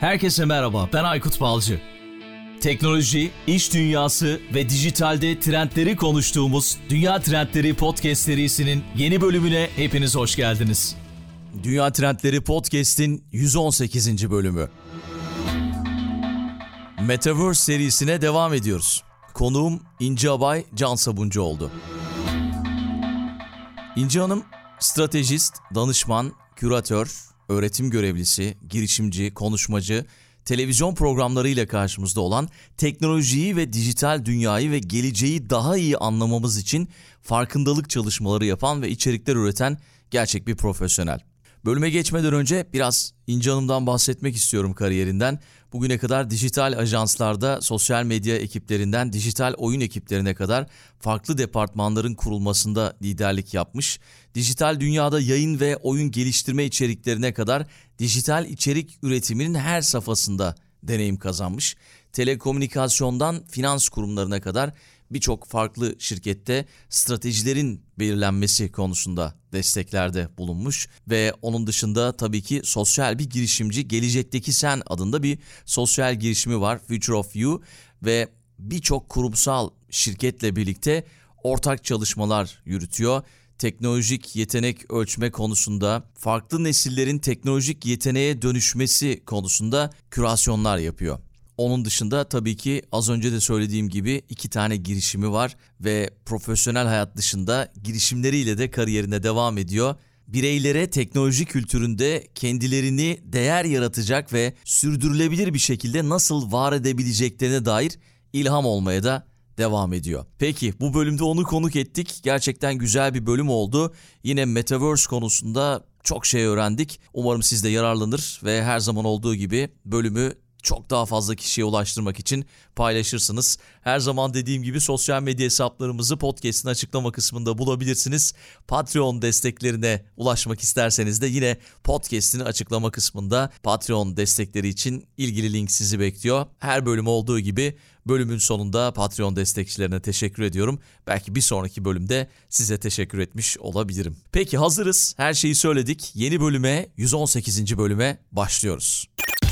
Herkese merhaba, ben Aykut Balcı. Teknoloji, iş dünyası ve dijitalde trendleri konuştuğumuz Dünya Trendleri Podcast serisinin yeni bölümüne hepiniz hoş geldiniz. Dünya Trendleri Podcast'in 118. bölümü. Metaverse serisine devam ediyoruz. Konuğum İnci Abay Can Sabuncu oldu. İnci Hanım, stratejist, danışman, küratör, öğretim görevlisi, girişimci, konuşmacı, televizyon programlarıyla karşımızda olan teknolojiyi ve dijital dünyayı ve geleceği daha iyi anlamamız için farkındalık çalışmaları yapan ve içerikler üreten gerçek bir profesyonel. Bölüme geçmeden önce biraz İnci Hanım'dan bahsetmek istiyorum kariyerinden. Bugüne kadar dijital ajanslarda sosyal medya ekiplerinden dijital oyun ekiplerine kadar farklı departmanların kurulmasında liderlik yapmış. Dijital dünyada yayın ve oyun geliştirme içeriklerine kadar dijital içerik üretiminin her safhasında deneyim kazanmış. Telekomünikasyondan finans kurumlarına kadar birçok farklı şirkette stratejilerin belirlenmesi konusunda desteklerde bulunmuş ve onun dışında tabii ki sosyal bir girişimci, Gelecekteki Sen adında bir sosyal girişimi var, Future of You, ve birçok kurumsal şirketle birlikte ortak çalışmalar yürütüyor. Teknolojik yetenek ölçme konusunda, farklı nesillerin teknolojik yeteneğe dönüşmesi konusunda kürasyonlar yapıyor. Onun dışında tabii ki az önce de söylediğim gibi 2 tane girişimi var ve profesyonel hayat dışında girişimleriyle de kariyerine devam ediyor. Bireylere teknoloji kültüründe kendilerini değer yaratacak ve sürdürülebilir bir şekilde nasıl var edebileceklerine dair ilham olmaya da devam ediyor. Peki bu bölümde onu konuk ettik. Gerçekten güzel bir bölüm oldu. Yine Metaverse konusunda çok şey öğrendik. Umarım siz de yararlanır ve her zaman olduğu gibi bölümü çok daha fazla kişiye ulaştırmak için paylaşırsınız. Her zaman dediğim gibi sosyal medya hesaplarımızı podcast'in açıklama kısmında bulabilirsiniz. Patreon desteklerine ulaşmak isterseniz de yine podcast'in açıklama kısmında Patreon destekleri için ilgili link sizi bekliyor. Her bölüm olduğu gibi bölümün sonunda Patreon destekçilerine teşekkür ediyorum. Belki bir sonraki bölümde size teşekkür etmiş olabilirim. Peki hazırız. Her şeyi söyledik. Yeni bölüme, 118. bölüme başlıyoruz.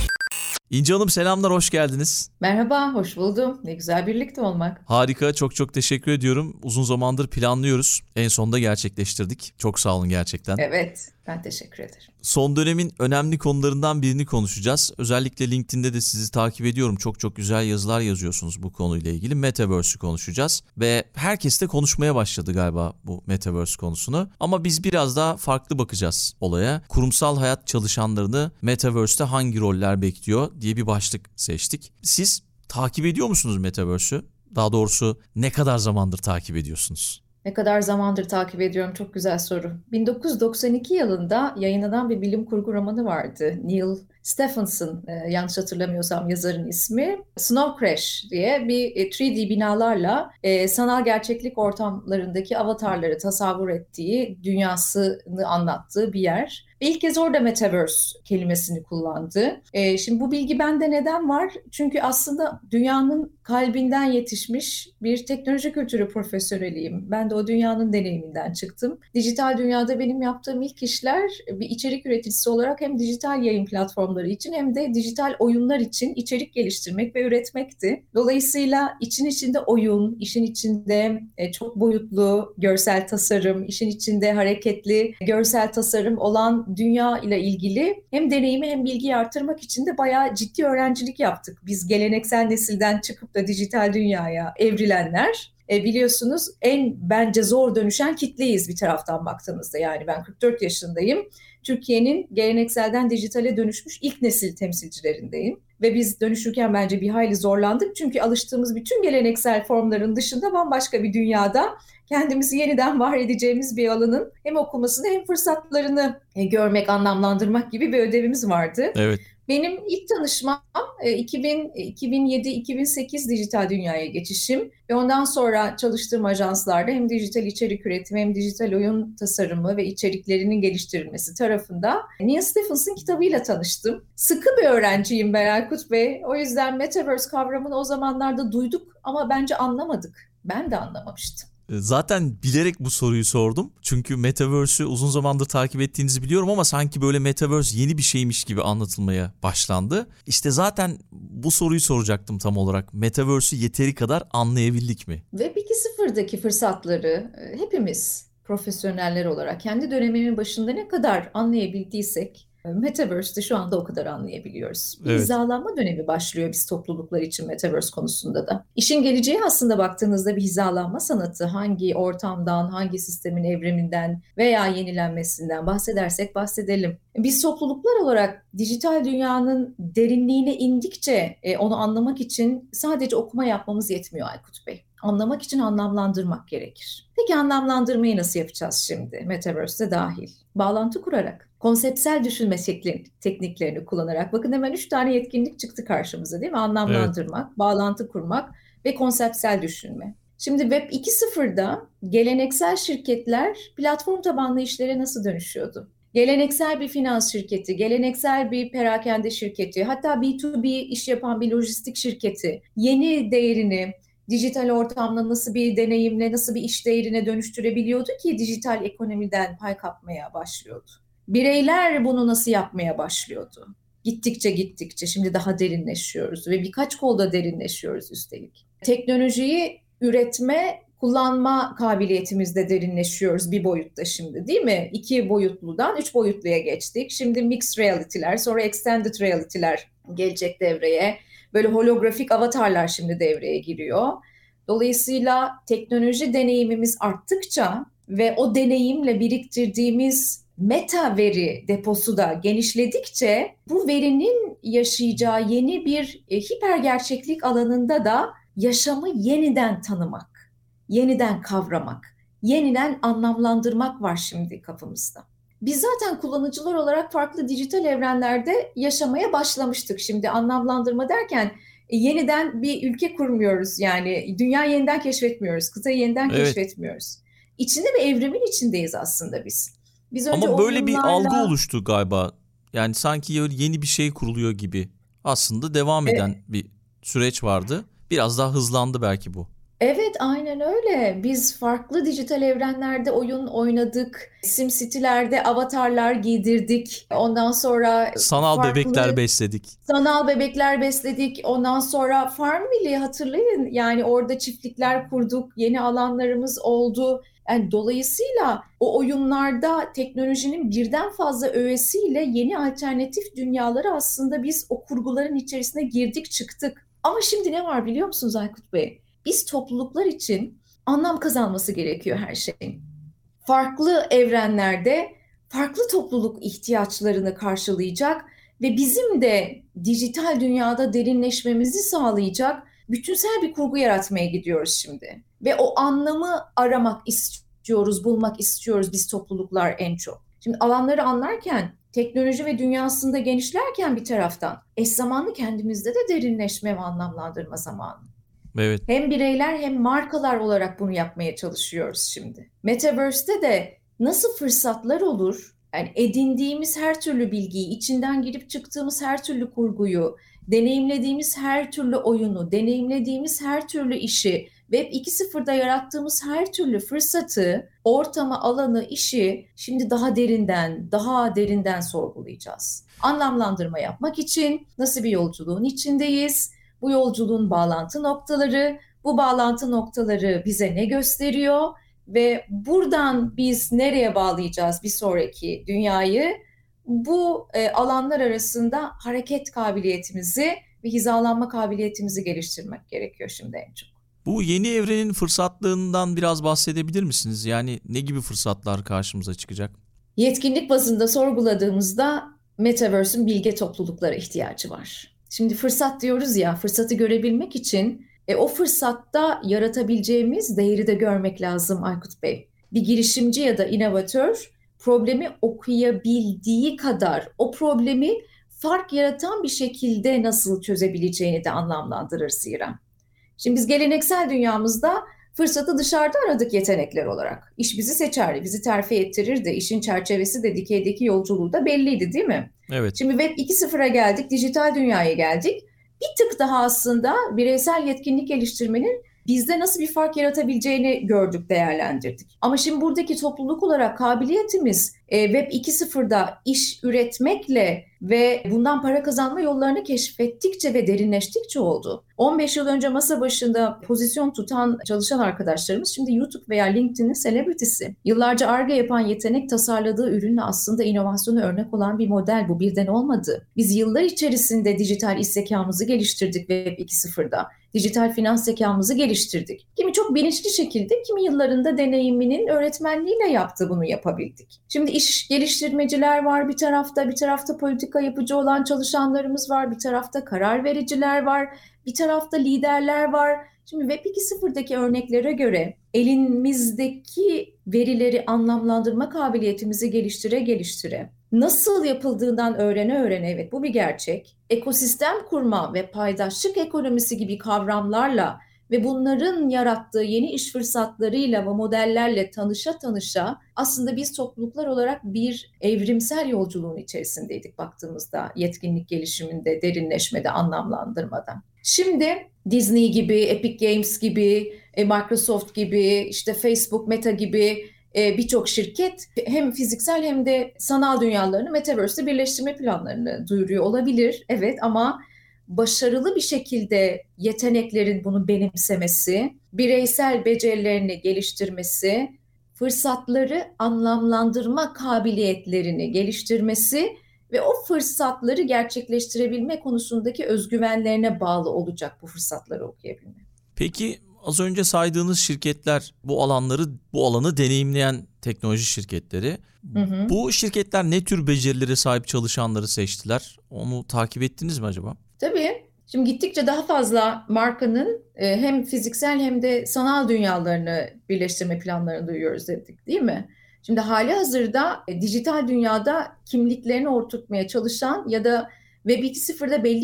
İnci Hanım selamlar, hoş geldiniz. Merhaba, hoş buldum. Ne güzel birlikte olmak. Harika, çok teşekkür ediyorum. Uzun zamandır planlıyoruz. En sonunda gerçekleştirdik. Çok sağ olun gerçekten. Evet, ben teşekkür ederim. Son dönemin önemli konularından birini konuşacağız. Özellikle LinkedIn'de de sizi takip ediyorum. Çok güzel yazılar yazıyorsunuz bu konuyla ilgili. Metaverse'ü konuşacağız. Ve herkes de konuşmaya başladı galiba bu Metaverse konusunu. Ama biz biraz daha farklı bakacağız olaya. Kurumsal hayat çalışanlarını Metaverse'te hangi roller bekliyor diye bir başlık seçtik. Siz takip ediyor musunuz Metaverse'ü? Daha doğrusu ne kadar zamandır takip ediyorsunuz? Ne kadar zamandır takip ediyorum? Çok güzel soru. 1992 yılında yayınlanan bir bilim kurgu romanı vardı. Neil Stephenson, yanlış hatırlamıyorsam yazarın ismi. Snow Crash diye bir 3D binalarla sanal gerçeklik ortamlarındaki avatarları tasavvur ettiği, dünyasını anlattığı bir yer. İlk kez orada Metaverse kelimesini kullandı. Şimdi bu bilgi bende neden var? Çünkü aslında dünyanın kalbinden yetişmiş bir teknoloji kültürü profesyoneliyim. Ben de o dünyanın deneyiminden çıktım. Dijital dünyada benim yaptığım ilk işler bir içerik üreticisi olarak hem dijital yayın platformları için hem de dijital oyunlar için içerik geliştirmek ve üretmekti. Dolayısıyla için içinde oyun, işin içinde çok boyutlu görsel tasarım, işin içinde hareketli görsel tasarım olan dünya ile ilgili hem deneyimi hem bilgiyi artırmak için de bayağı ciddi öğrencilik yaptık. Biz geleneksel nesilden çıkıp da dijital dünyaya evrilenler. Biliyorsunuz en bence zor dönüşen kitleyiz bir taraftan baktığınızda. Yani ben 44 yaşındayım. Türkiye'nin gelenekselden dijitale dönüşmüş ilk nesil temsilcilerindeyim. Ve biz dönüşürken bence bir hayli zorlandık. Çünkü alıştığımız bütün geleneksel formların dışında bambaşka bir dünyada kendimizi yeniden var edeceğimiz bir alanın hem okumasını hem fırsatlarını görmek, anlamlandırmak gibi bir ödevimiz vardı. Evet. Benim ilk tanışmam 2007-2008 dijital dünyaya geçişim ve ondan sonra çalıştığım ajanslarda hem dijital içerik üretimi hem dijital oyun tasarımı ve içeriklerinin geliştirilmesi tarafında Neil Stephenson kitabıyla tanıştım. Sıkı bir öğrenciyim ben Aykut Bey. O yüzden Metaverse kavramını o zamanlarda duyduk ama bence anlamadık. Ben de anlamamıştım. Zaten bilerek bu soruyu sordum. Çünkü Metaverse'ü uzun zamandır takip ettiğinizi biliyorum ama sanki böyle Metaverse yeni bir şeymiş gibi anlatılmaya başlandı. İşte zaten bu soruyu soracaktım tam olarak. Metaverse'ü yeteri kadar anlayabildik mi? Web 2.0'daki fırsatları hepimiz profesyoneller olarak kendi dönemimin başında ne kadar anlayabildiysek Metaverse'de şu anda o kadar anlayabiliyoruz. Bir Evet. hizalanma dönemi başlıyor biz topluluklar için Metaverse konusunda da. İşin geleceği aslında baktığınızda bir hizalanma sanatı. Hangi ortamdan, hangi sistemin evriminden veya yenilenmesinden bahsedersek bahsedelim. Biz topluluklar olarak dijital dünyanın derinliğine indikçe onu anlamak için sadece okuma yapmamız yetmiyor Aykut Bey. Anlamak için anlamlandırmak gerekir. Peki anlamlandırmayı nasıl yapacağız şimdi? Metaverse'de dahil. Bağlantı kurarak, konseptsel düşünme tekniklerini kullanarak. Bakın hemen 3 tane yetkinlik çıktı karşımıza değil mi? Anlamlandırmak, evet, bağlantı kurmak ve konseptsel düşünme. Şimdi Web 2.0'da geleneksel şirketler platform tabanlı işlere nasıl dönüşüyordu? Geleneksel bir finans şirketi, geleneksel bir perakende şirketi, hatta B2B iş yapan bir lojistik şirketi yeni değerini dijital ortamda nasıl bir deneyimle, nasıl bir iş değerine dönüştürebiliyordu ki dijital ekonomiden pay kapmaya başlıyordu. Bireyler bunu nasıl yapmaya başlıyordu? Gittikçe şimdi daha derinleşiyoruz ve birkaç kolda derinleşiyoruz üstelik. Teknolojiyi üretme, kullanma kabiliyetimizde derinleşiyoruz bir boyutta şimdi değil mi? 2 boyutludan 3 boyutluya geçtik. Şimdi mixed reality'ler, sonra extended reality'ler gelecek devreye. Böyle holografik avatarlar şimdi devreye giriyor. Dolayısıyla teknoloji deneyimimiz arttıkça ve o deneyimle biriktirdiğimiz meta veri deposu da genişledikçe bu verinin yaşayacağı yeni bir hiper gerçeklik alanında da yaşamı yeniden tanımak, yeniden kavramak, yeniden anlamlandırmak var şimdi kafamızda. Biz zaten kullanıcılar olarak farklı dijital evrenlerde yaşamaya başlamıştık. Şimdi anlamlandırma derken yeniden bir ülke kurmuyoruz. Yani dünya yeniden keşfetmiyoruz, kıtayı yeniden keşfetmiyoruz. İçinde bir evrimin içindeyiz aslında biz. Biz önce ama böyle bir algı oluştu galiba. Yani sanki yeni bir şey kuruluyor gibi. Aslında devam eden bir süreç vardı. Biraz daha hızlandı belki bu. Evet, aynen öyle. Biz farklı dijital evrenlerde oyun oynadık. SimCity'lerde avatarlar giydirdik. Ondan sonra sanal bebekler besledik. Sanal bebekler besledik. Ondan sonra Farmville'i hatırlayın. Yani orada çiftlikler kurduk. Yeni alanlarımız oldu. Yani dolayısıyla o oyunlarda teknolojinin birden fazla öğesiyle yeni alternatif dünyaları aslında biz o kurguların içerisine girdik çıktık. Ama şimdi ne var biliyor musunuz Aykut Bey? Biz topluluklar için anlam kazanması gerekiyor her şeyin. Farklı evrenlerde farklı topluluk ihtiyaçlarını karşılayacak ve bizim de dijital dünyada derinleşmemizi sağlayacak bütünsel bir kurgu yaratmaya gidiyoruz şimdi. Ve o anlamı aramak istiyoruz, bulmak istiyoruz biz topluluklar en çok. Şimdi alanları anlarken, teknoloji ve dünyasında genişlerken bir taraftan eş zamanlı kendimizde de derinleşme ve anlamlandırma zamanı. Evet. Hem bireyler hem markalar olarak bunu yapmaya çalışıyoruz şimdi. Metaverse'te de nasıl fırsatlar olur? Yani edindiğimiz her türlü bilgiyi, içinden girip çıktığımız her türlü kurguyu, deneyimlediğimiz her türlü oyunu, deneyimlediğimiz her türlü işi, Web 2.0'da yarattığımız her türlü fırsatı, ortamı, alanı, işi şimdi daha derinden sorgulayacağız. Anlamlandırma yapmak için nasıl bir yolculuğun içindeyiz? Bu yolculuğun bağlantı noktaları, bu bağlantı noktaları bize ne gösteriyor ve buradan biz nereye bağlayacağız bir sonraki dünyayı? Bu alanlar arasında hareket kabiliyetimizi ve hizalanma kabiliyetimizi geliştirmek gerekiyor şimdi en çok. Bu yeni evrenin fırsatlarından biraz bahsedebilir misiniz? Yani ne gibi fırsatlar karşımıza çıkacak? Yetkinlik bazında sorguladığımızda Metaverse'ün bilge topluluklara ihtiyacı var. Şimdi fırsat diyoruz ya, fırsatı görebilmek için o fırsatta yaratabileceğimiz değeri de görmek lazım Aykut Bey. Bir girişimci ya da inovatör problemi okuyabildiği kadar o problemi fark yaratan bir şekilde nasıl çözebileceğini de anlamlandırır zira. Şimdi biz geleneksel dünyamızda fırsatı dışarıda aradık yetenekler olarak. İş bizi seçerdi, bizi terfi ettirirdi. İşin çerçevesi de dikeydeki yolculuğu da belliydi değil mi? Evet. Şimdi Web 2.0'a geldik, dijital dünyaya geldik. Bir tık daha aslında bireysel yetkinlik geliştirmenin bizde nasıl bir fark yaratabileceğini gördük, değerlendirdik. Ama şimdi buradaki topluluk olarak kabiliyetimiz Web 2.0'da iş üretmekle ve bundan para kazanma yollarını keşfettikçe ve derinleştikçe oldu. 15 yıl önce masa başında pozisyon tutan çalışan arkadaşlarımız şimdi YouTube veya LinkedIn'in celebrity'si. Yıllarca Ar-Ge yapan yetenek tasarladığı ürünle aslında inovasyona örnek olan bir model, bu birden olmadı. Biz yıllar içerisinde dijital iş zekamızı geliştirdik Web 2.0'da. Dijital finans zekamızı geliştirdik. Kimi çok bilinçli şekilde, kimi yıllarında deneyiminin öğretmenliğiyle yaptı, bunu yapabildik. Şimdi iş geliştirmeciler var bir tarafta politika yapıcı olan çalışanlarımız var, bir tarafta karar vericiler var, bir tarafta liderler var. Şimdi Web 2.0'daki örneklere göre elimizdeki verileri anlamlandırma kabiliyetimizi geliştire nasıl yapıldığından öğrene, evet bu bir gerçek. Ekosistem kurma ve paydaşlık ekonomisi gibi kavramlarla ve bunların yarattığı yeni iş fırsatlarıyla ve modellerle tanışa aslında biz topluluklar olarak bir evrimsel yolculuğun içerisindeydik baktığımızda, yetkinlik gelişiminde, derinleşmede, anlamlandırmada. Şimdi Disney gibi, Epic Games gibi, Microsoft gibi, işte Facebook, Meta gibi birçok şirket hem fiziksel hem de sanal dünyalarını Metaverse'de birleştirme planlarını duyuruyor olabilir. Evet, ama başarılı bir şekilde yeteneklerin bunu benimsemesi, bireysel becerilerini geliştirmesi, fırsatları anlamlandırma kabiliyetlerini geliştirmesi ve o fırsatları gerçekleştirebilme konusundaki özgüvenlerine bağlı olacak bu fırsatları okuyabilme. Peki az önce saydığınız şirketler bu alanı deneyimleyen teknoloji şirketleri. Bu şirketler ne tür becerilere sahip çalışanları seçtiler? Onu takip ettiniz mi acaba? Tabii. Şimdi gittikçe daha fazla markanın hem fiziksel hem de sanal dünyalarını birleştirme planlarını duyuyoruz dedik, değil mi? Şimdi hali hazırda dijital dünyada kimliklerini oturtmaya çalışan ya da Web 2.0'da belli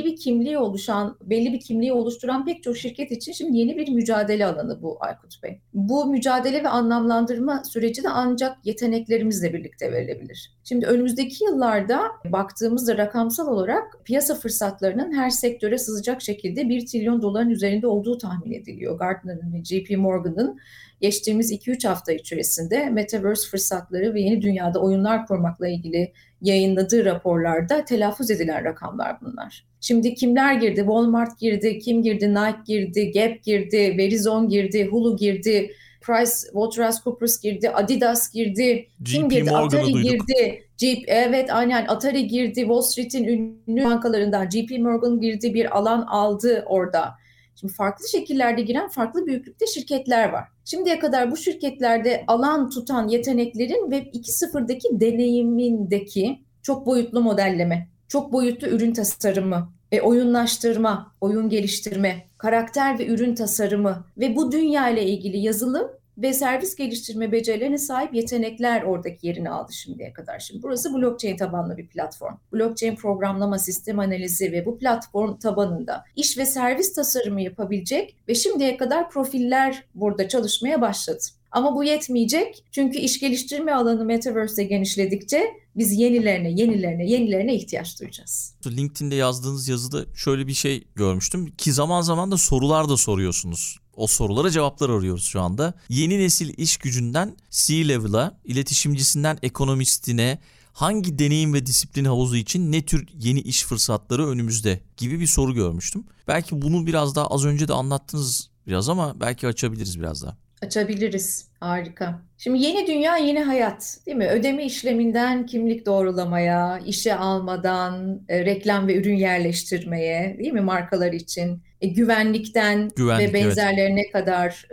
bir kimliği oluşturan pek çok şirket için şimdi yeni bir mücadele alanı bu, Aykut Bey. Bu mücadele ve anlamlandırma süreci de ancak yeteneklerimizle birlikte verilebilir. Şimdi önümüzdeki yıllarda baktığımızda rakamsal olarak piyasa fırsatlarının her sektöre sızacak şekilde $1 trilyon üzerinde olduğu tahmin ediliyor. Gartner'ın ve JP Morgan'ın geçtiğimiz 2-3 hafta içerisinde Metaverse fırsatları ve yeni dünyada oyunlar kurmakla ilgili yayınladığı raporlarda telaffuz edilen rakamlar bunlar. Şimdi kimler girdi? Walmart girdi, kim girdi? Nike girdi, Gap girdi, Verizon girdi, Hulu girdi, PricewaterhouseCoopers girdi, Adidas girdi, kim girdi? Atari girdi. Evet, aynen, Atari girdi, Wall Street'in ünlü bankalarından JP Morgan girdi, bir alan aldı orada. Şimdi farklı şekillerde giren farklı büyüklükte şirketler var. Şimdiye kadar bu şirketlerde alan tutan yeteneklerin Web 2.0'daki deneyimindeki çok boyutlu modelleme, çok boyutlu ürün tasarımı, oyunlaştırma, oyun geliştirme, karakter ve ürün tasarımı ve bu dünya ile ilgili yazılım ve servis geliştirme becerilerine sahip yetenekler oradaki yerini aldı şimdiye kadar. Şimdi burası blockchain tabanlı bir platform. Blockchain programlama, sistem analizi ve bu platform tabanında iş ve servis tasarımı yapabilecek ve şimdiye kadar profiller burada çalışmaya başladı. Ama bu yetmeyecek, çünkü iş geliştirme alanı Metaverse'de genişledikçe biz yenilerine ihtiyaç duyacağız. LinkedIn'de yazdığınız yazıda şöyle bir şey görmüştüm ki zaman zaman da sorular da soruyorsunuz. O sorulara cevaplar arıyoruz şu anda. Yeni nesil iş gücünden C-level'a, iletişimcisinden ekonomistine hangi deneyim ve disiplin havuzu için ne tür yeni iş fırsatları önümüzde gibi bir soru görmüştüm. Belki bunu biraz daha az önce de anlattınız biraz ama belki açabiliriz biraz daha. Açabiliriz. Harika. Şimdi yeni dünya, yeni hayat, değil mi? Ödeme işleminden kimlik doğrulamaya, işe almadan reklam ve ürün yerleştirmeye, değil mi, markalar için? Güvenlikten ve benzerlerine kadar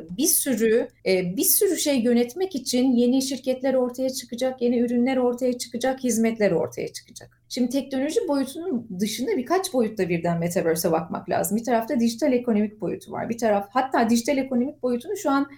bir sürü şey yönetmek için yeni şirketler ortaya çıkacak, yeni ürünler ortaya çıkacak, hizmetler ortaya çıkacak. Şimdi teknoloji boyutunun dışında birkaç boyutta birden Metaverse'e bakmak lazım. Bir tarafta dijital ekonomik boyutu var. Hatta dijital ekonomik boyutunu şu an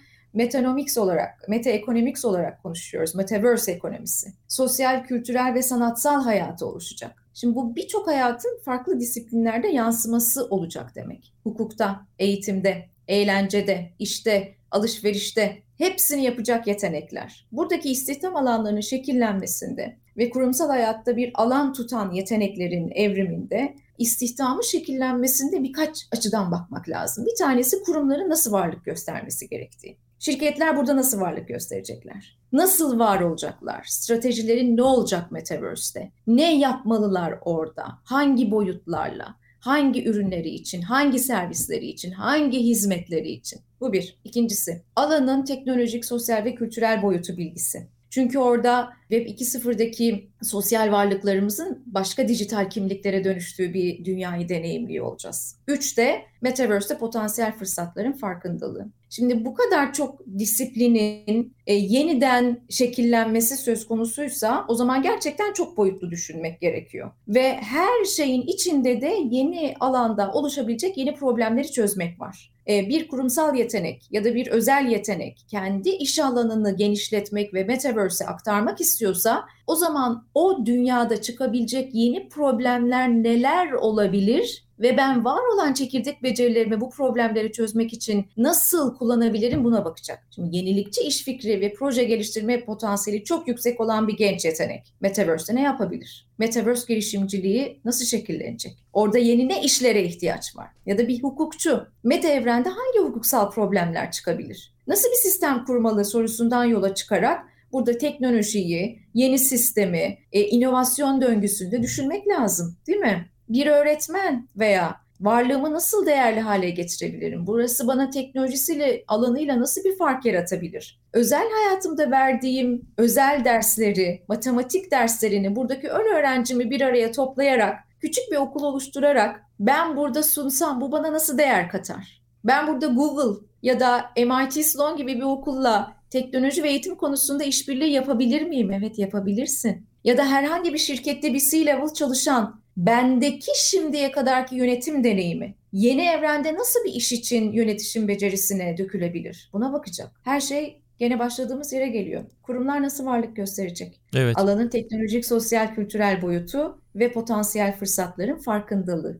metaekonomics olarak konuşuyoruz. Metaverse ekonomisi. Sosyal, kültürel ve sanatsal hayatı oluşacak. Şimdi bu birçok hayatın farklı disiplinlerde yansıması olacak demek. Hukukta, eğitimde, eğlencede, işte, alışverişte hepsini yapacak yetenekler. Buradaki istihdam alanlarının şekillenmesinde ve kurumsal hayatta bir alan tutan yeteneklerin evriminde istihdamın şekillenmesinde birkaç açıdan bakmak lazım. Bir tanesi kurumların nasıl varlık göstermesi gerektiği. Şirketler burada nasıl varlık gösterecekler? Nasıl var olacaklar? Stratejileri ne olacak Metaverse'te? Ne yapmalılar orada? Hangi boyutlarla? Hangi ürünleri için? Hangi servisleri için? Hangi hizmetleri için? Bu bir. İkincisi, alanın teknolojik, sosyal ve kültürel boyutu bilgisi. Çünkü orada Web 2.0'daki sosyal varlıklarımızın başka dijital kimliklere dönüştüğü bir dünyayı deneyimliyor olacağız. 3 de Metaverse'te potansiyel fırsatların farkındalığı. Şimdi bu kadar çok disiplinin yeniden şekillenmesi söz konusuysa o zaman gerçekten çok boyutlu düşünmek gerekiyor. Ve her şeyin içinde de yeni alanda oluşabilecek yeni problemleri çözmek var. Bir kurumsal yetenek ya da bir özel yetenek kendi iş alanını genişletmek ve Metaverse'e aktarmak istiyorsa o zaman o dünyada çıkabilecek yeni problemler neler olabilir ve ben var olan çekirdek becerilerimi bu problemleri çözmek için nasıl kullanabilirim buna bakacak. Şimdi yenilikçi iş fikri ve proje geliştirme potansiyeli çok yüksek olan bir genç yetenek Metaverse'te ne yapabilir? Metaverse girişimciliği nasıl şekillenecek? Orada yeni ne işlere ihtiyaç var? Ya da bir hukukçu meta evrende hangi hukuksal problemler çıkabilir? Nasıl bir sistem kurmalı sorusundan yola çıkarak burada teknolojiyi, yeni sistemi, inovasyon döngüsünde düşünmek lazım, değil mi? Bir öğretmen veya varlığımı nasıl değerli hale getirebilirim? Burası bana teknolojisiyle, alanıyla nasıl bir fark yaratabilir? Özel hayatımda verdiğim özel dersleri, matematik derslerini, buradaki ön öğrencimi bir araya toplayarak, küçük bir okul oluşturarak ben burada sunsam bu bana nasıl değer katar? Ben burada Google ya da MIT Sloan gibi bir okulla teknoloji ve eğitim konusunda işbirliği yapabilir miyim? Evet, yapabilirsin. Ya da herhangi bir şirkette bir C-level çalışan, bendeki şimdiye kadarki yönetim deneyimi yeni evrende nasıl bir iş için yönetişim becerisine dökülebilir? Buna bakacak. Her şey gene başladığımız yere geliyor. Kurumlar nasıl varlık gösterecek? Evet. Alanın teknolojik, sosyal, kültürel boyutu ve potansiyel fırsatların farkındalığı.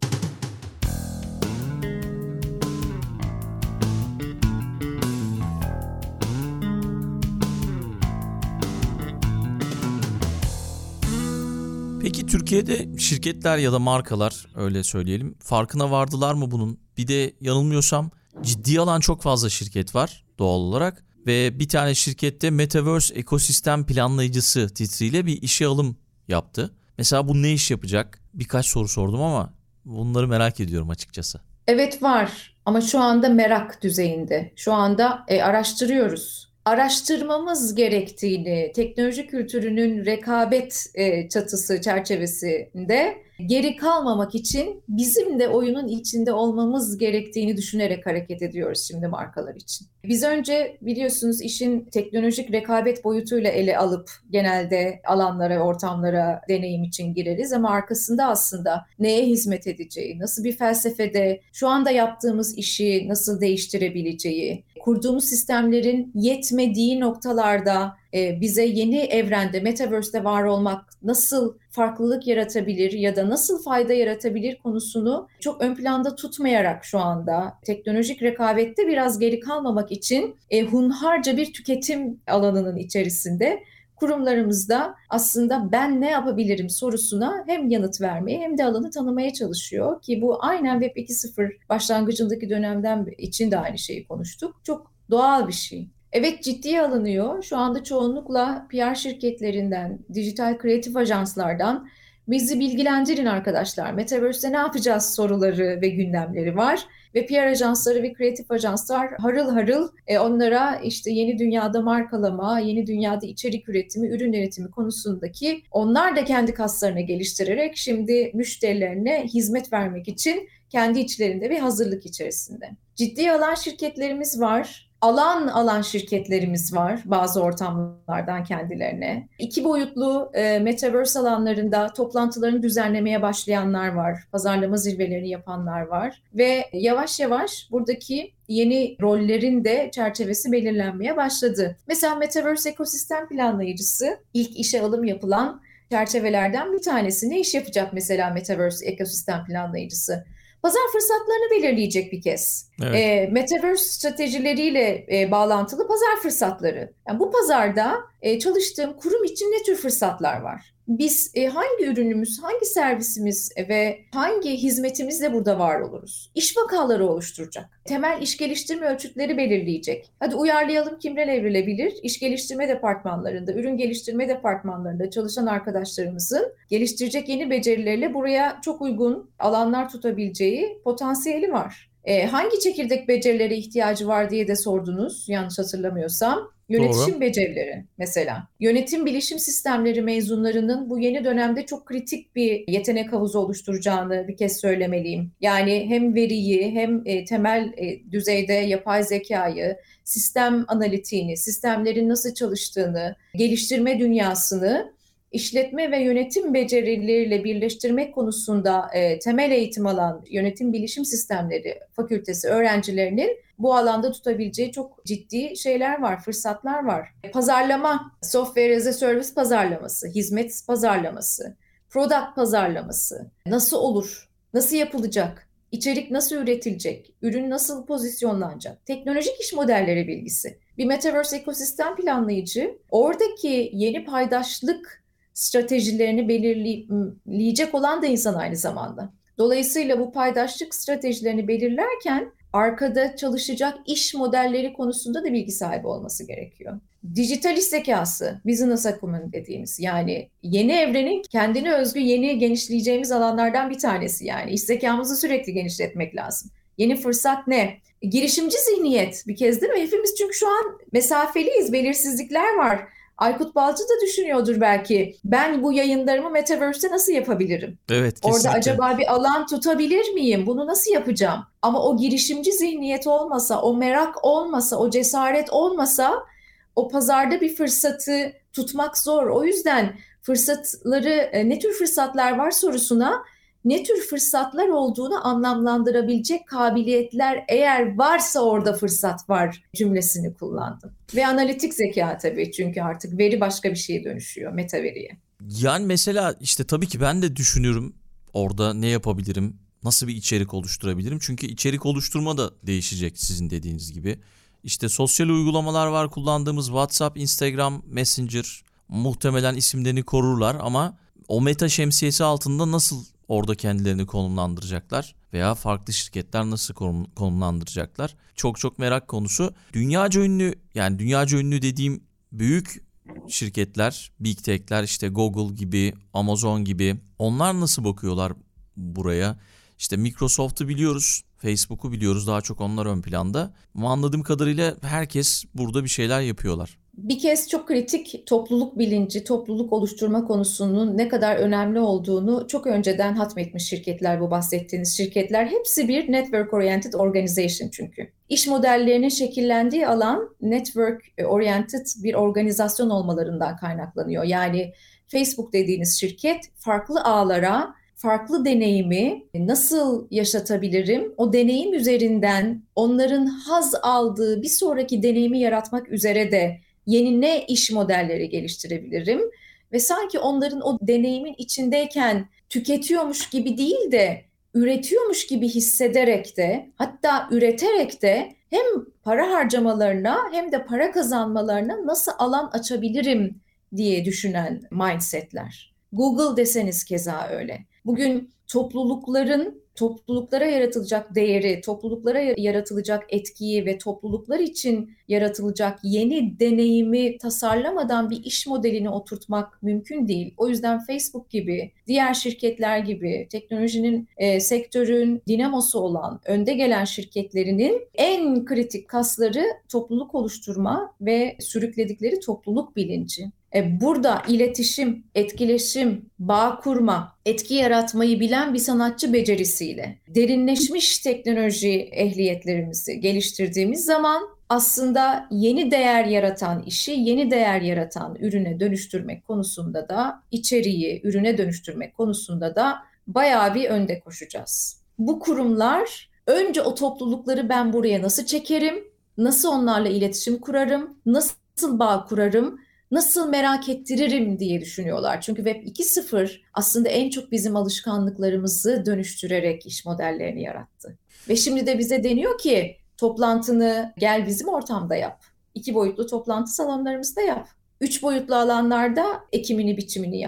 Peki Türkiye'de şirketler ya da markalar, öyle söyleyelim, farkına vardılar mı bunun? Bir de yanılmıyorsam ciddiye alan çok fazla şirket var doğal olarak ve bir tane şirkette Metaverse ekosistem planlayıcısı titriyle bir işe alım yaptı. Mesela bu ne iş yapacak? Birkaç soru sordum ama bunları merak ediyorum açıkçası. Evet, var ama şu anda merak düzeyinde. Şu anda araştırıyoruz. Araştırmamız gerektiğini, teknoloji kültürünün rekabet çatısı çerçevesinde geri kalmamak için bizim de oyunun içinde olmamız gerektiğini düşünerek hareket ediyoruz şimdi markalar için. Biz önce biliyorsunuz işin teknolojik rekabet boyutuyla ele alıp genelde alanlara, ortamlara deneyim için gireriz ama arkasında aslında neye hizmet edeceği, nasıl bir felsefede şu anda yaptığımız işi nasıl değiştirebileceği, kurduğumuz sistemlerin yetmediği noktalarda bize yeni evrende, Metaverse'de var olmak nasıl farklılık yaratabilir ya da nasıl fayda yaratabilir konusunu çok ön planda tutmayarak şu anda teknolojik rekabette biraz geri kalmamak için hunharca bir tüketim alanının içerisinde kurumlarımızda aslında ben ne yapabilirim sorusuna hem yanıt vermeye hem de alanı tanımaya çalışıyor ki bu aynen Web 2.0 başlangıcındaki dönemden için de aynı şeyi konuştuk. Çok doğal bir şey. Evet, ciddiye alınıyor. Şu anda çoğunlukla PR şirketlerinden, dijital kreatif ajanslardan bizi bilgilendirin arkadaşlar. Metaverse'de ne yapacağız soruları ve gündemleri var. Ve PR ajansları ve kreatif ajanslar harıl harıl onlara işte yeni dünyada markalama, yeni dünyada içerik üretimi, ürün üretimi konusundaki onlar da kendi kaslarını geliştirerek şimdi müşterilerine hizmet vermek için kendi içlerinde bir hazırlık içerisinde. Ciddiye alan şirketlerimiz var. Alan şirketlerimiz var bazı ortamlardan kendilerine. 2 boyutlu Metaverse alanlarında toplantılarını düzenlemeye başlayanlar var. Pazarlama zirvelerini yapanlar var. Ve yavaş yavaş buradaki yeni rollerin de çerçevesi belirlenmeye başladı. Mesela Metaverse ekosistem planlayıcısı ilk işe alım yapılan çerçevelerden bir tanesi. Ne iş yapacak mesela Metaverse ekosistem planlayıcısı? Pazar fırsatlarını belirleyecek bir kez. Evet. Metaverse stratejileriyle bağlantılı pazar fırsatları. Yani bu pazarda çalıştığım kurum için ne tür fırsatlar var? Biz hangi ürünümüz, hangi servisimiz ve hangi hizmetimizle burada var oluruz? İş vakaları oluşturacak. Temel iş geliştirme ölçütleri belirleyecek. Hadi uyarlayalım, kimden evrilebilir? İş geliştirme departmanlarında, ürün geliştirme departmanlarında çalışan arkadaşlarımızın geliştirecek yeni becerileriyle buraya çok uygun alanlar tutabileceği potansiyeli var. Hangi çekirdek becerilere ihtiyacı var diye de sordunuz, yanlış hatırlamıyorsam. Doğru. Yönetişim becerileri mesela. Yönetim bilişim sistemleri mezunlarının bu yeni dönemde çok kritik bir yetenek havuzu oluşturacağını bir kez söylemeliyim. Yani hem veriyi hem temel düzeyde yapay zekayı, sistem analitiğini, sistemlerin nasıl çalıştığını, geliştirme dünyasını işletme ve yönetim becerileriyle birleştirmek konusunda temel eğitim alan Yönetim Bilişim Sistemleri Fakültesi öğrencilerinin bu alanda tutabileceği çok ciddi şeyler var, fırsatlar var. Pazarlama, software as a service pazarlaması, hizmet pazarlaması, product pazarlaması nasıl olur, nasıl yapılacak, içerik nasıl üretilecek, ürün nasıl pozisyonlanacak, teknolojik iş modelleri bilgisi. Bir Metaverse ekosistem planlayıcı, oradaki yeni paydaşlık stratejilerini belirleyecek olan da insan aynı zamanda. Dolayısıyla bu paydaşlık stratejilerini belirlerken arkada çalışacak iş modelleri konusunda da bilgi sahibi olması gerekiyor. Dijital iş zekası, business acumen dediğimiz, yani yeni evrenin kendine özgü yeni genişleyeceğimiz alanlardan bir tanesi yani. İş zekamızı sürekli genişletmek lazım. Yeni fırsat ne? Girişimci zihniyet bir kez, değil mi? Hepimiz çünkü şu an mesafeliyiz, belirsizlikler var. Aykut Balcı da düşünüyordur belki. Ben bu yayınlarımı Metaverse'te nasıl yapabilirim? Evet, Orada kesinlikle. acaba bir alan tutabilir miyim? Bunu nasıl yapacağım? Ama o girişimci zihniyet olmasa, o merak olmasa, o cesaret olmasa o pazarda bir fırsatı tutmak zor. O yüzden fırsatları, ne tür fırsatlar var sorusuna ne tür fırsatlar olduğunu anlamlandırabilecek kabiliyetler eğer varsa orada fırsat var cümlesini kullandım. Ve analitik zeka tabii, çünkü artık veri başka bir şeye dönüşüyor, meta veriye. Yani mesela işte tabii ki ben de düşünüyorum orada ne yapabilirim, nasıl bir içerik oluşturabilirim. Çünkü içerik oluşturma da değişecek sizin dediğiniz gibi. İşte sosyal uygulamalar var kullandığımız, WhatsApp, Instagram, Messenger, muhtemelen isimlerini korurlar ama o meta şemsiyesi altında nasıl orada kendilerini konumlandıracaklar veya farklı şirketler nasıl konumlandıracaklar? Çok çok merak konusu. Dünyaca ünlü, yani dünyaca ünlü dediğim büyük şirketler, Big Tech'ler, işte Google gibi, Amazon gibi, onlar nasıl bakıyorlar buraya? İşte Microsoft'u biliyoruz, Facebook'u biliyoruz, daha çok onlar ön planda. Ama anladığım kadarıyla herkes burada bir şeyler yapıyorlar. Bir kez çok kritik topluluk bilinci, topluluk oluşturma konusunun ne kadar önemli olduğunu çok önceden hatmetmiş şirketler, bu bahsettiğiniz şirketler. Hepsi bir network oriented organization çünkü. İş modellerinin şekillendiği alan network oriented bir organizasyon olmalarından kaynaklanıyor. Yani Facebook dediğiniz şirket farklı ağlara, farklı deneyimi nasıl yaşatabilirim? O deneyim üzerinden onların haz aldığı bir sonraki deneyimi yaratmak üzere de yeni ne iş modelleri geliştirebilirim? Ve sanki onların o deneyimin içindeyken tüketiyormuş gibi değil de üretiyormuş gibi hissederek de, hatta üreterek de hem para harcamalarına hem de para kazanmalarına nasıl alan açabilirim diye düşünen mindsetler. Google deseniz keza öyle. Bugün topluluklara yaratılacak değeri, topluluklara yaratılacak etkiyi ve topluluklar için yaratılacak yeni deneyimi tasarlamadan bir iş modelini oturtmak mümkün değil. O yüzden Facebook gibi, diğer şirketler gibi teknolojinin, sektörün dinamosu olan, önde gelen şirketlerinin en kritik kasları topluluk oluşturma ve sürükledikleri topluluk bilinci. Burada iletişim, etkileşim, bağ kurma, etki yaratmayı bilen bir sanatçı becerisiyle derinleşmiş teknoloji ehliyetlerimizi geliştirdiğimiz zaman aslında yeni değer yaratan işi, yeni değer yaratan ürüne dönüştürmek konusunda da, içeriği ürüne dönüştürmek konusunda da bayağı bir önde koşacağız. Bu kurumlar önce o toplulukları ben buraya nasıl çekerim, nasıl onlarla iletişim kurarım, nasıl bağ kurarım, nasıl merak ettiririm diye düşünüyorlar. Çünkü Web 2.0 aslında en çok bizim alışkanlıklarımızı dönüştürerek iş modellerini yarattı. Ve şimdi de bize deniyor ki toplantını gel bizim ortamda yap. 2 boyutlu toplantı salonlarımızda yap. 3 boyutlu alanlarda ekimini biçimini yap.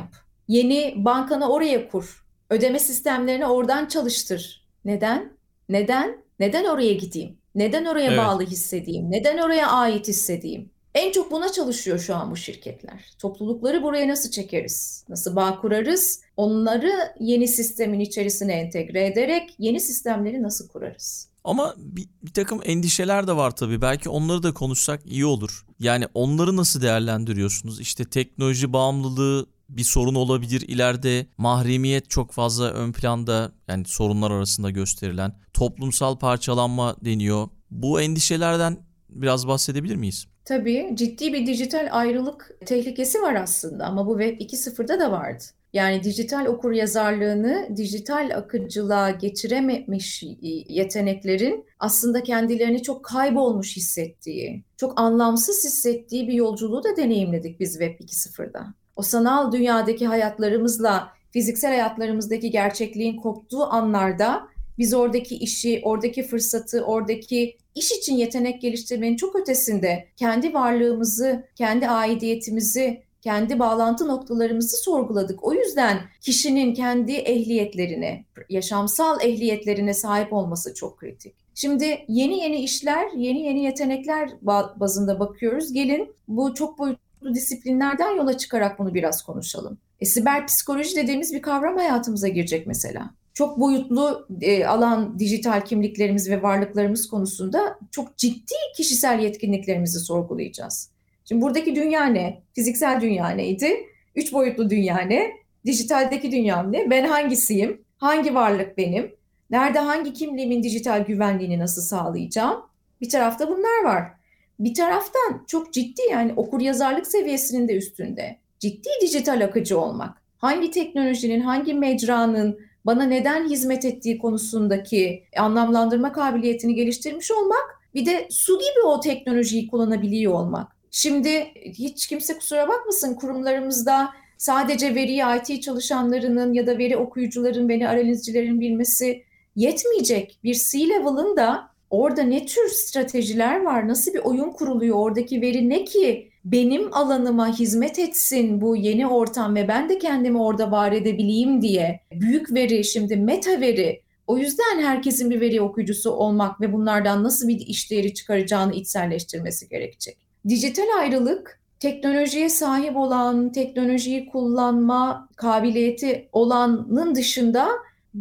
Yeni bankanı oraya kur. Ödeme sistemlerini oradan çalıştır. Neden? Neden? Neden oraya gideyim? Neden oraya Evet. bağlı hissedeyim? Neden oraya ait hissedeyim? En çok buna çalışıyor şu an bu şirketler. Toplulukları buraya nasıl çekeriz? Nasıl bağ kurarız? Onları yeni sistemin içerisine entegre ederek yeni sistemleri nasıl kurarız? Ama bir takım endişeler de var tabii. Belki onları da konuşsak iyi olur. Yani onları nasıl değerlendiriyorsunuz? İşte teknoloji bağımlılığı bir sorun olabilir ileride. Mahremiyet çok fazla ön planda, yani sorunlar arasında gösterilen. Toplumsal parçalanma deniyor. Bu endişelerden biraz bahsedebilir miyiz? Tabii ciddi bir dijital ayrılık tehlikesi var aslında ama bu Web 2.0'da da vardı. Yani dijital okuryazarlığını dijital akıcılığa geçirememiş yeteneklerin aslında kendilerini çok kaybolmuş hissettiği, çok anlamsız hissettiği bir yolculuğu da deneyimledik biz Web 2.0'da. O sanal dünyadaki hayatlarımızla fiziksel hayatlarımızdaki gerçekliğin koptuğu anlarda biz oradaki işi, oradaki fırsatı, oradaki iş için yetenek geliştirmenin çok ötesinde kendi varlığımızı, kendi aidiyetimizi, kendi bağlantı noktalarımızı sorguladık. O yüzden kişinin kendi ehliyetlerine, yaşamsal ehliyetlerine sahip olması çok kritik. Şimdi yeni işler, yeni yetenekler bazında bakıyoruz. Gelin bu çok boyutlu disiplinlerden yola çıkarak bunu biraz konuşalım. Siber psikoloji dediğimiz bir kavram hayatımıza girecek mesela. Çok boyutlu alan dijital kimliklerimiz ve varlıklarımız konusunda çok ciddi kişisel yetkinliklerimizi sorgulayacağız. Şimdi buradaki dünya ne? Fiziksel dünya neydi? Üç boyutlu dünya ne? Dijitaldeki dünyam ne? Ben hangisiyim? Hangi varlık benim? Nerede hangi kimliğimin dijital güvenliğini nasıl sağlayacağım? Bir tarafta bunlar var. Bir taraftan çok ciddi, yani okuryazarlık seviyesinin de üstünde. Ciddi dijital akıcı olmak. Hangi teknolojinin, hangi mecranın bana neden hizmet ettiği konusundaki anlamlandırma kabiliyetini geliştirmiş olmak, bir de su gibi o teknolojiyi kullanabiliyor olmak. Şimdi hiç kimse kusura bakmasın, kurumlarımızda sadece veriyi IT çalışanlarının ya da veri okuyucuların, veri analizcilerin bilmesi yetmeyecek. Bir C-level'ın da orada ne tür stratejiler var, nasıl bir oyun kuruluyor, oradaki veri ne ki benim alanıma hizmet etsin bu yeni ortam ve ben de kendimi orada var edebileyim diye. Büyük veri, şimdi meta veri. O yüzden herkesin bir veri okuyucusu olmak ve bunlardan nasıl bir iş değeri çıkaracağını içselleştirmesi gerekecek. Dijital ayrılık, teknolojiye sahip olan, teknolojiyi kullanma kabiliyeti olanın dışında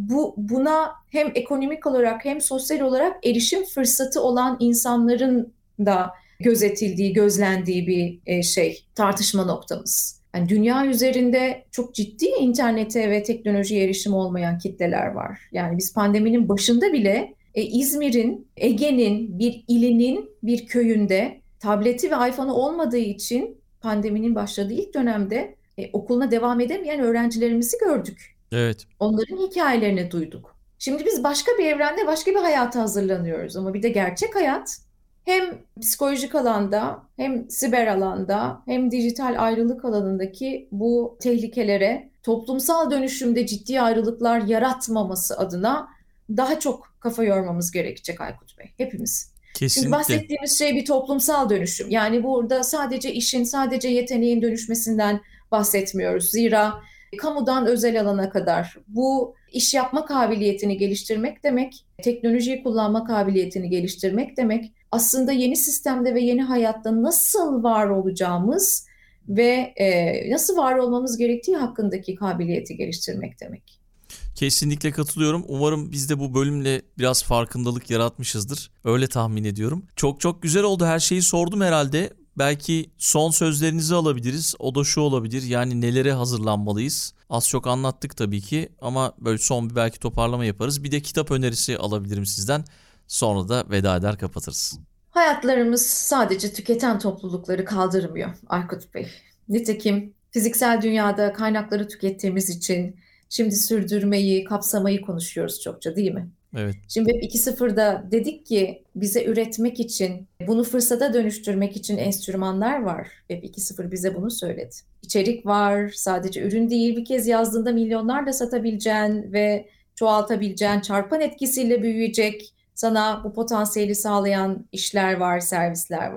buna hem ekonomik olarak hem sosyal olarak erişim fırsatı olan insanların da gözetildiği, gözlendiği bir tartışma noktamız. Yani dünya üzerinde çok ciddi internete ve teknolojiye erişim olmayan kitleler var. Yani biz pandeminin başında bile İzmir'in, Ege'nin bir ilinin bir köyünde tableti ve iPhone'u olmadığı için pandeminin başladığı ilk dönemde okuluna devam edemeyen öğrencilerimizi gördük. Evet. Onların hikayelerini duyduk. Şimdi biz başka bir evrende, başka bir hayata hazırlanıyoruz. Ama bir de gerçek hayat hem psikolojik alanda, hem siber alanda, hem dijital ayrılık alanındaki bu tehlikelere toplumsal dönüşümde ciddi ayrılıklar yaratmaması adına daha çok kafa yormamız gerekecek Aykut Bey, hepimiz. Çünkü Kesinlikle. bahsettiğimiz şey bir toplumsal dönüşüm. Yani burada sadece işin, sadece yeteneğin dönüşmesinden bahsetmiyoruz. Zira kamudan özel alana kadar bu iş yapma kabiliyetini geliştirmek demek, teknolojiyi kullanma kabiliyetini geliştirmek demek, aslında yeni sistemde ve yeni hayatta nasıl var olacağımız ve nasıl var olmamız gerektiği hakkındaki kabiliyeti geliştirmek demek. Kesinlikle katılıyorum. Umarım biz de bu bölümle biraz farkındalık yaratmışızdır. Öyle tahmin ediyorum. Çok çok güzel oldu. Her şeyi sordum herhalde. Belki son sözlerinizi alabiliriz. O da şu olabilir. Yani nelere hazırlanmalıyız? Az çok anlattık tabii ki ama böyle son bir belki toparlama yaparız. Bir de kitap önerisi alabilirim sizden. Sonra da veda eder kapatırız. Hayatlarımız sadece tüketen toplulukları kaldırmıyor Aykut Bey. Nitekim fiziksel dünyada kaynakları tükettiğimiz için şimdi sürdürmeyi, kapsamayı konuşuyoruz çokça, değil mi? Evet. Şimdi Web 2.0'da dedik ki bize üretmek için, bunu fırsata dönüştürmek için enstrümanlar var. Web 2.0 bize bunu söyledi. İçerik var, sadece ürün değil, bir kez yazdığında milyonlarla satabileceğin ve çoğaltabileceğin, çarpan etkisiyle büyüyecek, sana bu potansiyeli sağlayan işler var, servisler var.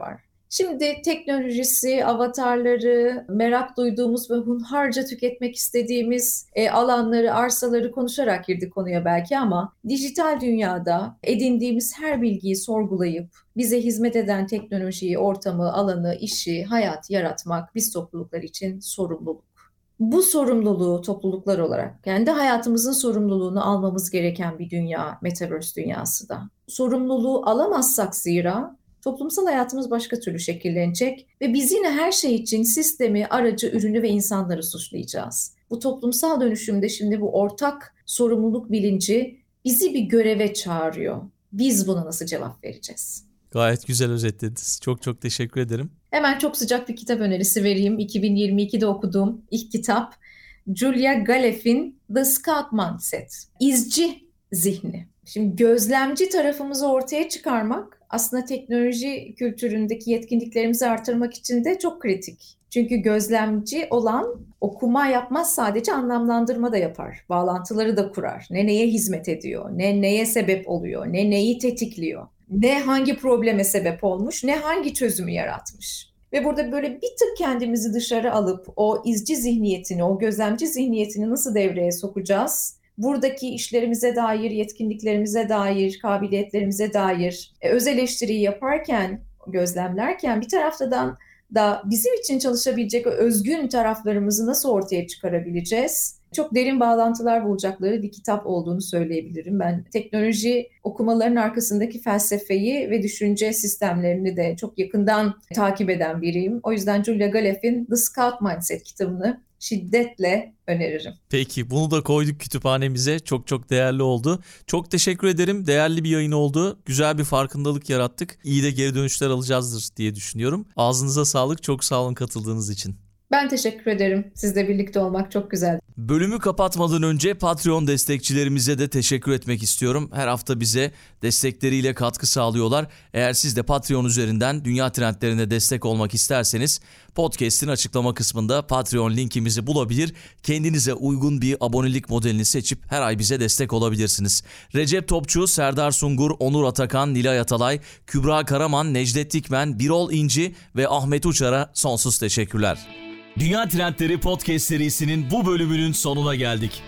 Şimdi teknolojisi, avatarları, merak duyduğumuz ve hunharca tüketmek istediğimiz alanları, arsaları konuşarak girdik konuya belki ama dijital dünyada edindiğimiz her bilgiyi sorgulayıp bize hizmet eden teknolojiyi, ortamı, alanı, işi, hayat yaratmak biz topluluklar için sorumluluk. Bu sorumluluğu topluluklar olarak kendi hayatımızın sorumluluğunu almamız gereken bir dünya, Metaverse dünyası da. Sorumluluğu alamazsak zira toplumsal hayatımız başka türlü şekillenecek ve biz yine her şey için sistemi, aracı, ürünü ve insanları suçlayacağız. Bu toplumsal dönüşümde şimdi bu ortak sorumluluk bilinci bizi bir göreve çağırıyor. Biz buna nasıl cevap vereceğiz? Gayet güzel özetlediniz. Çok çok teşekkür ederim. Hemen çok sıcak bir kitap önerisi vereyim. 2022'de okuduğum ilk kitap. Julia Galef'in The Scout Mindset. İzci zihni. Şimdi gözlemci tarafımızı ortaya çıkarmak aslında teknoloji kültüründeki yetkinliklerimizi artırmak için de çok kritik. Çünkü gözlemci olan okuma yapmaz, sadece anlamlandırma da yapar. Bağlantıları da kurar. Ne neye hizmet ediyor, ne neye sebep oluyor, ne neyi tetikliyor. Ne hangi probleme sebep olmuş, ne hangi çözümü yaratmış. Ve burada böyle bir tık kendimizi dışarı alıp o izci zihniyetini, o gözlemci zihniyetini nasıl devreye sokacağız? Buradaki işlerimize dair, yetkinliklerimize dair, kabiliyetlerimize dair öz eleştiriyi yaparken, gözlemlerken bir taraftan da bizim için çalışabilecek o özgün taraflarımızı nasıl ortaya çıkarabileceğiz? Çok derin bağlantılar bulacakları bir kitap olduğunu söyleyebilirim. Ben teknoloji okumaların arkasındaki felsefeyi ve düşünce sistemlerini de çok yakından takip eden biriyim. O yüzden Julia Galef'in The Scout Mindset kitabını şiddetle öneririm. Peki, bunu da koyduk kütüphanemize. Çok çok değerli oldu. Çok teşekkür ederim. Değerli bir yayın oldu. Güzel bir farkındalık yarattık. İyi de geri dönüşler alacağızdır diye düşünüyorum. Ağzınıza sağlık. Çok sağ olun katıldığınız için. Ben teşekkür ederim. Sizle birlikte olmak çok güzel. Bölümü kapatmadan önce Patreon destekçilerimize de teşekkür etmek istiyorum. Her hafta bize destekleriyle katkı sağlıyorlar. Eğer siz de Patreon üzerinden dünya trendlerine destek olmak isterseniz podcast'in açıklama kısmında Patreon linkimizi bulabilir. Kendinize uygun bir abonelik modelini seçip her ay bize destek olabilirsiniz. Recep Topçu, Serdar Sungur, Onur Atakan, Nilay Atalay, Kübra Karaman, Necdet Dikmen, Birol İnci ve Ahmet Uçar'a sonsuz teşekkürler. Dünya Trendleri Podcast serisinin bu bölümünün sonuna geldik.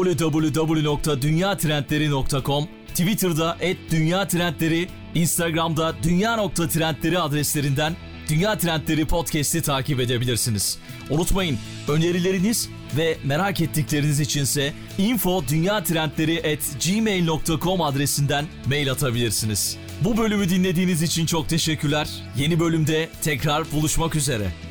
www.dünyatrendleri.com, Twitter'da @dünyatrendleri, Instagram'da dünya.trendleri adreslerinden Dünya Trendleri Podcast'i takip edebilirsiniz. Unutmayın, önerileriniz ve merak ettikleriniz içinse info@dünyatrendleri@gmail.com adresinden mail atabilirsiniz. Bu bölümü dinlediğiniz için çok teşekkürler. Yeni bölümde tekrar buluşmak üzere.